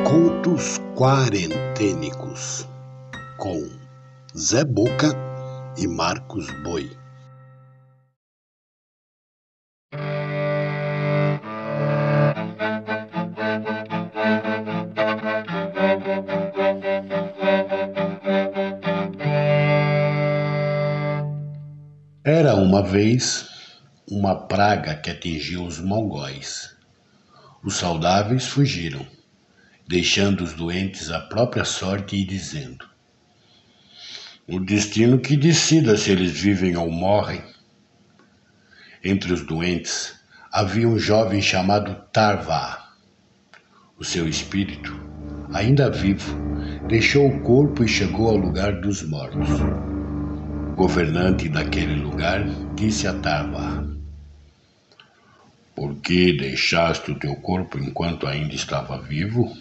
Contos Quarentênicos, com Zé Boca e Marcos Boi. Era uma vez uma praga que atingiu os mongóis. Os saudáveis fugiram, deixando os doentes à própria sorte e dizendo: o destino que decida se eles vivem ou morrem. Entre os doentes havia um jovem chamado Tarva. O seu espírito, ainda vivo, deixou o corpo e chegou ao lugar dos mortos. O governante daquele lugar disse a Tarva: por que deixaste o teu corpo enquanto ainda estava vivo?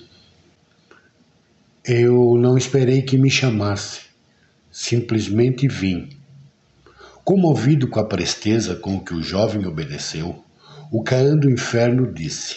Eu não esperei que me chamasse. Simplesmente vim. Comovido com a presteza com que o jovem obedeceu, o Caã do Inferno disse: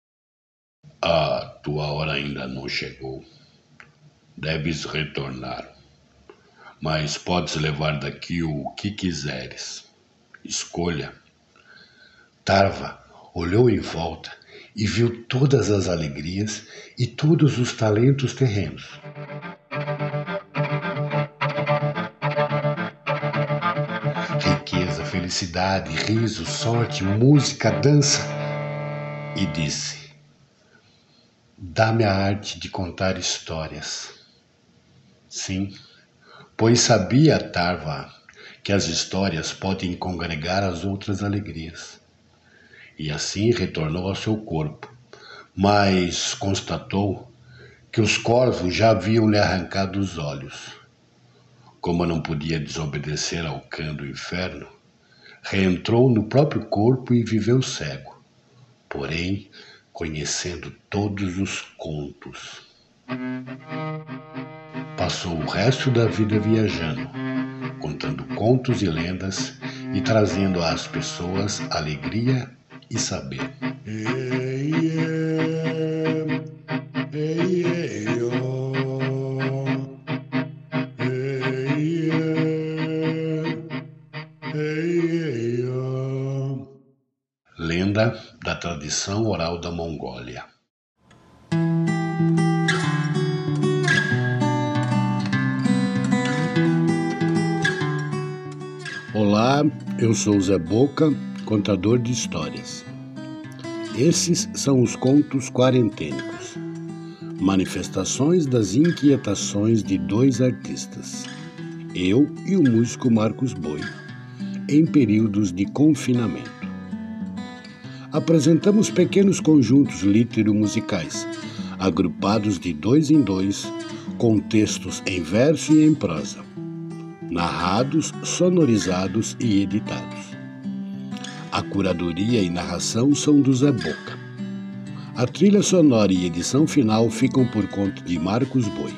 tua hora ainda não chegou. Deves retornar. Mas podes levar daqui o que quiseres. Escolha. Tarva olhou em volta e viu todas as alegrias e todos os talentos terrenos. Riqueza, felicidade, riso, sorte, música, dança. E disse: dá-me a arte de contar histórias. Sim, pois sabia Tarva que as histórias podem congregar as outras alegrias. E assim retornou ao seu corpo, mas constatou que os corvos já haviam lhe arrancado os olhos. Como não podia desobedecer ao Cã do Inferno, reentrou no próprio corpo e viveu cego, porém conhecendo todos os contos. Passou o resto da vida viajando, contando contos e lendas e trazendo às pessoas alegria e saber. Lenda da tradição oral da Mongólia. Olá, eu sou Zé Boca, contador de histórias. Esses são os contos quarentênicos, manifestações das inquietações de dois artistas, eu e o músico Marcos Boi, em períodos de confinamento. Apresentamos pequenos conjuntos litero-musicais, agrupados de dois em dois, com textos em verso e em prosa, narrados, sonorizados e editados. A curadoria e narração são do Zé Boca. A trilha sonora e edição final ficam por conta de Marcos Boi.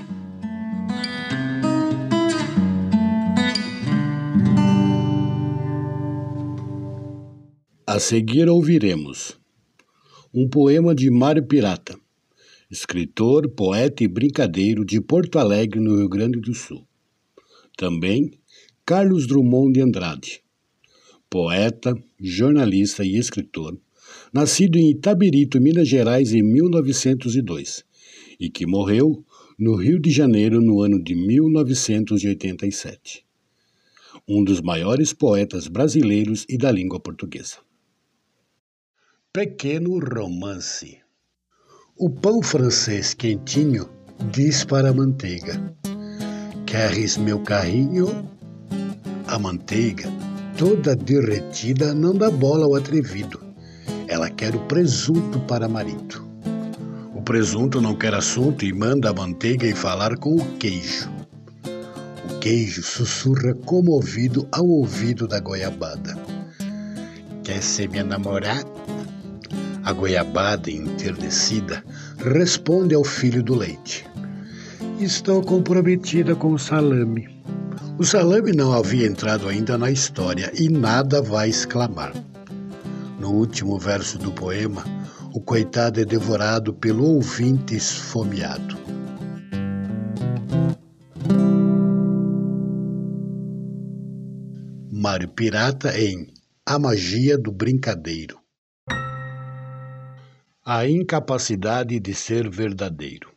A seguir ouviremos um poema de Mário Pirata, escritor, poeta e brincadeiro de Porto Alegre, no Rio Grande do Sul. Também Carlos Drummond de Andrade, poeta, jornalista e escritor, nascido em Itabirito, Minas Gerais, em 1902, e que morreu no Rio de Janeiro no ano de 1987. Um dos maiores poetas brasileiros e da língua portuguesa. Pequeno romance. O pão francês quentinho diz para a manteiga: queres meu carrinho? A manteiga, toda derretida, não dá bola ao atrevido. Ela quer o presunto para marido. O presunto não quer assunto e manda a manteiga ir falar com o queijo. O queijo sussurra comovido ao ouvido da goiabada: quer ser minha namorada? A goiabada, enternecida, responde ao filho do leite: estou comprometida com o salame. O salame não havia entrado ainda na história e nada vai exclamar. No último verso do poema, O coitado é devorado pelo ouvinte esfomeado. Mário Pirata em A Magia do Brincadeiro. A incapacidade de ser verdadeiro.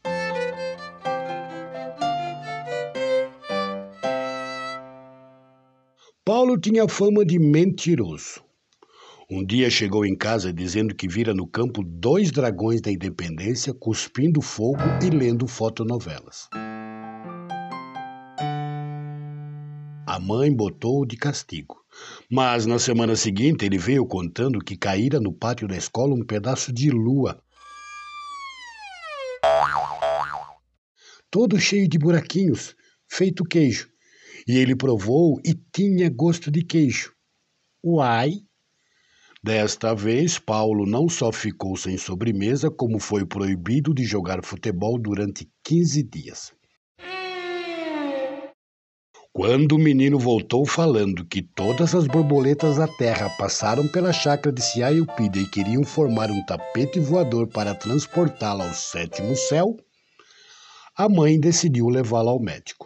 Paulo tinha fama de mentiroso. Um dia chegou em casa dizendo que vira no campo 2 dragões da independência cuspindo fogo e lendo fotonovelas. A mãe botou-o de castigo, mas na semana seguinte ele veio contando que caíra no pátio da escola um pedaço de lua, todo cheio de buraquinhos, feito queijo, e ele provou e tinha gosto de queijo. Uai! Desta vez, Paulo não só ficou sem sobremesa, como foi proibido de jogar futebol durante 15 dias. Quando o menino voltou falando que todas as borboletas da terra passaram pela chácara de Siayupida e queriam formar um tapete voador para transportá-la ao 7º céu, a mãe decidiu levá-la ao médico.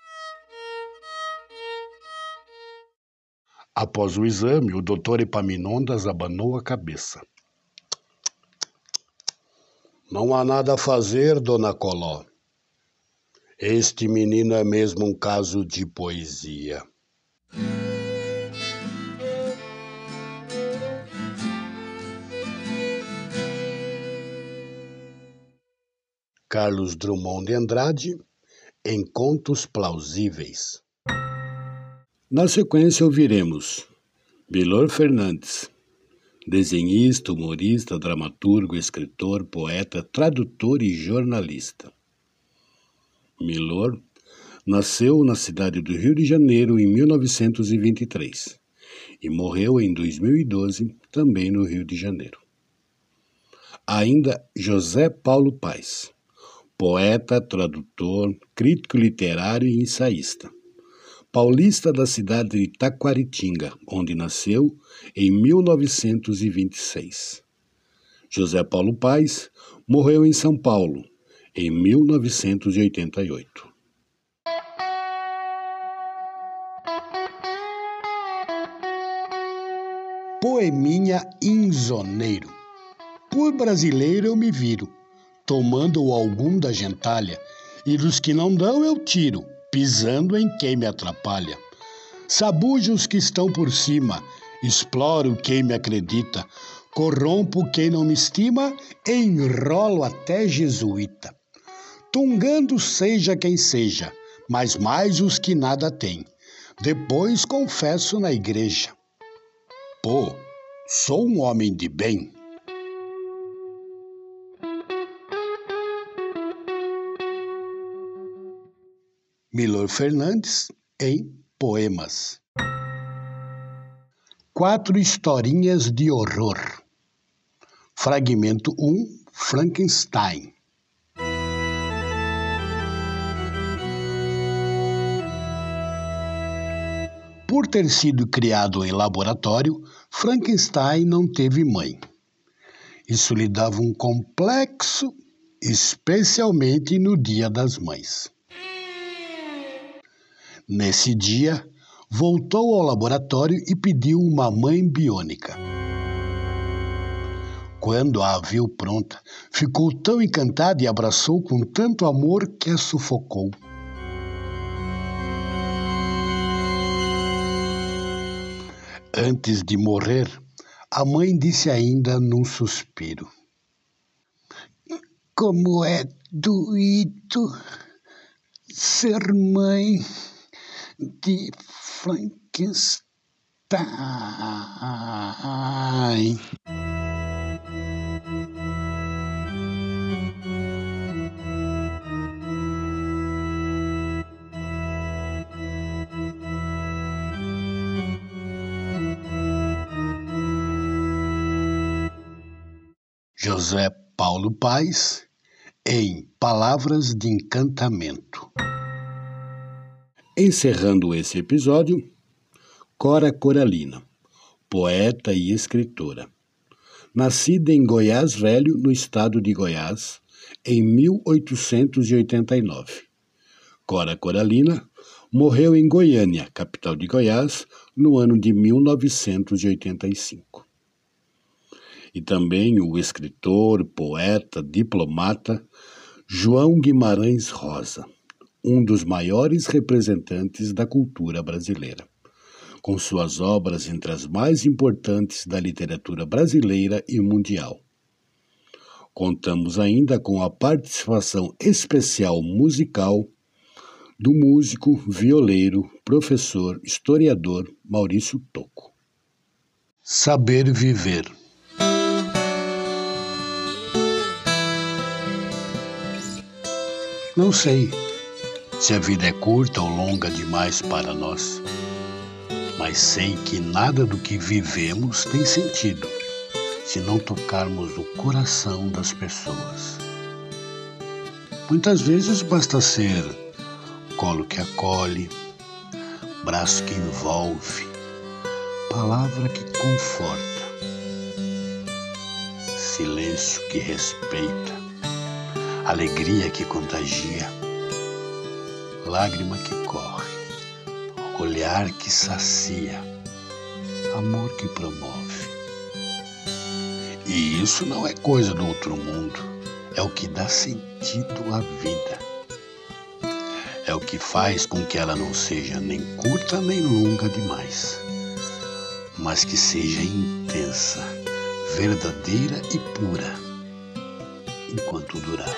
Após o exame, o doutor Epaminondas abanou a cabeça. Não há nada a fazer, dona Coló. Este menino é mesmo um caso de poesia. Carlos Drummond de Andrade, em Contos Plausíveis. Na sequência ouviremos Milor Fernandes, desenhista, humorista, dramaturgo, escritor, poeta, tradutor e jornalista. Milor nasceu na cidade do Rio de Janeiro em 1923 e morreu em 2012 também no Rio de Janeiro. Ainda José Paulo Paes, poeta, tradutor, crítico literário e ensaísta. Paulista da cidade de Taquaritinga, onde nasceu em 1926. José Paulo Paes morreu em São Paulo em 1988. Poeminha insoneiro. Por brasileiro eu me viro, tomando algum da gentalha, e dos que não dão eu tiro, pisando em quem me atrapalha. Sabujo os que estão por cima, exploro quem me acredita, corrompo quem não me estima, enrolo até jesuíta. Tungando seja quem seja, mas mais os que nada têm. Depois confesso na igreja. Pô, sou um homem de bem. Milor Fernandes, em Poemas. 4 historinhas de horror. Fragmento 1, Frankenstein. Por ter sido criado em laboratório, Frankenstein não teve mãe. Isso lhe dava um complexo, especialmente no Dia das Mães. Nesse dia, voltou ao laboratório e pediu uma mãe biônica. Quando a viu pronta, ficou tão encantada e abraçou com tanto amor que a sufocou. Antes de morrer, a mãe disse ainda num suspiro: como é doído ser mãe de Frankenstein. José Paulo Paes, em Palavras de Encantamento. Encerrando esse episódio, Cora Coralina, poeta e escritora. nascida em Goiás Velho, no estado de Goiás, em 1889. Cora Coralina morreu em Goiânia, capital de Goiás, no ano de 1985. E também o escritor, poeta, diplomata João Guimarães Rosa, um dos maiores representantes da cultura brasileira, com suas obras entre as mais importantes da literatura brasileira e mundial. Contamos ainda com a participação especial musical do músico, violeiro, professor, historiador Maurício Tocco. Saber viver. Não sei se a vida é curta ou longa demais para nós, mas sei que nada do que vivemos tem sentido se não tocarmos o coração das pessoas. Muitas vezes basta ser colo que acolhe, braço que envolve, palavra que conforta, silêncio que respeita, alegria que contagia, lágrima que corre, olhar que sacia, amor que promove. E isso não é coisa do outro mundo, é o que dá sentido à vida. É o que faz com que ela não seja nem curta nem longa demais, mas que seja intensa, verdadeira e pura, enquanto durar.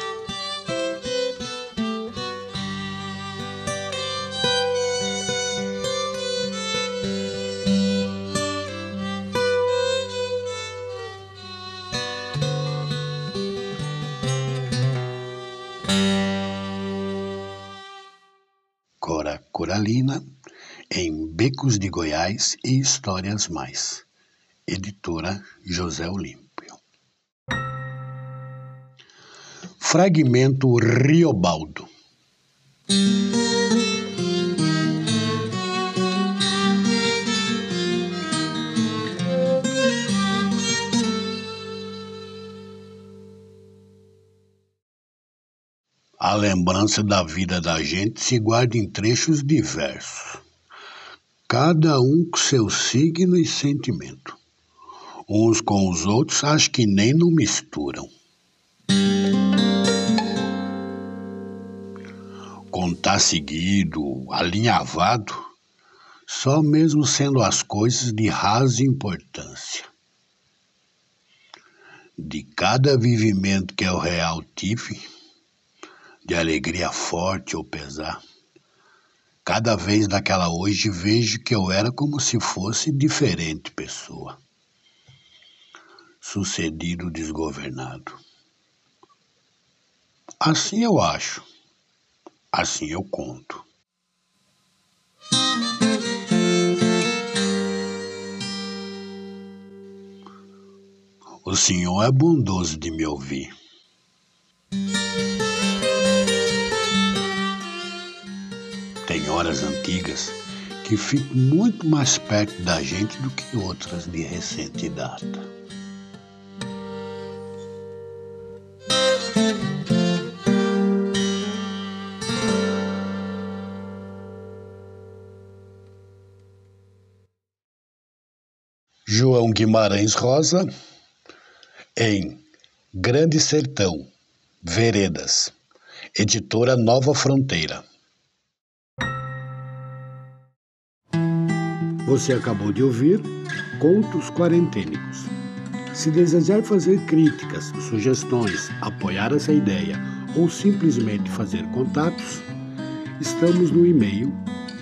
Cora Coralina, em Becos de Goiás e Histórias Mais. Editora José Olímpio. Fragmento Riobaldo. A lembrança da vida da gente se guarda em trechos diversos, cada um com seu signo e sentimento. Uns com os outros acho que nem não misturam. Contar seguido, alinhavado, só mesmo sendo as coisas de rasa importância. De cada vivimento que eu real tive, de alegria forte ou pesar, cada vez daquela hoje vejo que eu era como se fosse diferente pessoa. Sucedido desgovernado. Assim eu acho, assim eu conto. O senhor é bondoso de me ouvir. Tem horas antigas que fico muito mais perto da gente do que outras de recente data. João Guimarães Rosa, em Grande Sertão, Veredas, editora Nova Fronteira. Você acabou de ouvir Contos Quarentênicos. Se desejar fazer críticas, sugestões, apoiar essa ideia ou simplesmente fazer contatos, estamos no e-mail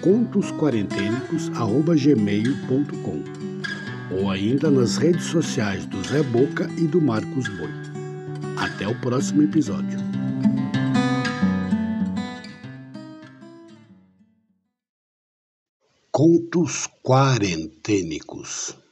contosquarentenicos@gmail.com ou ainda nas redes sociais do Zé Boca e do Marcos Boi. Até o próximo episódio. Contos Quarentênicos.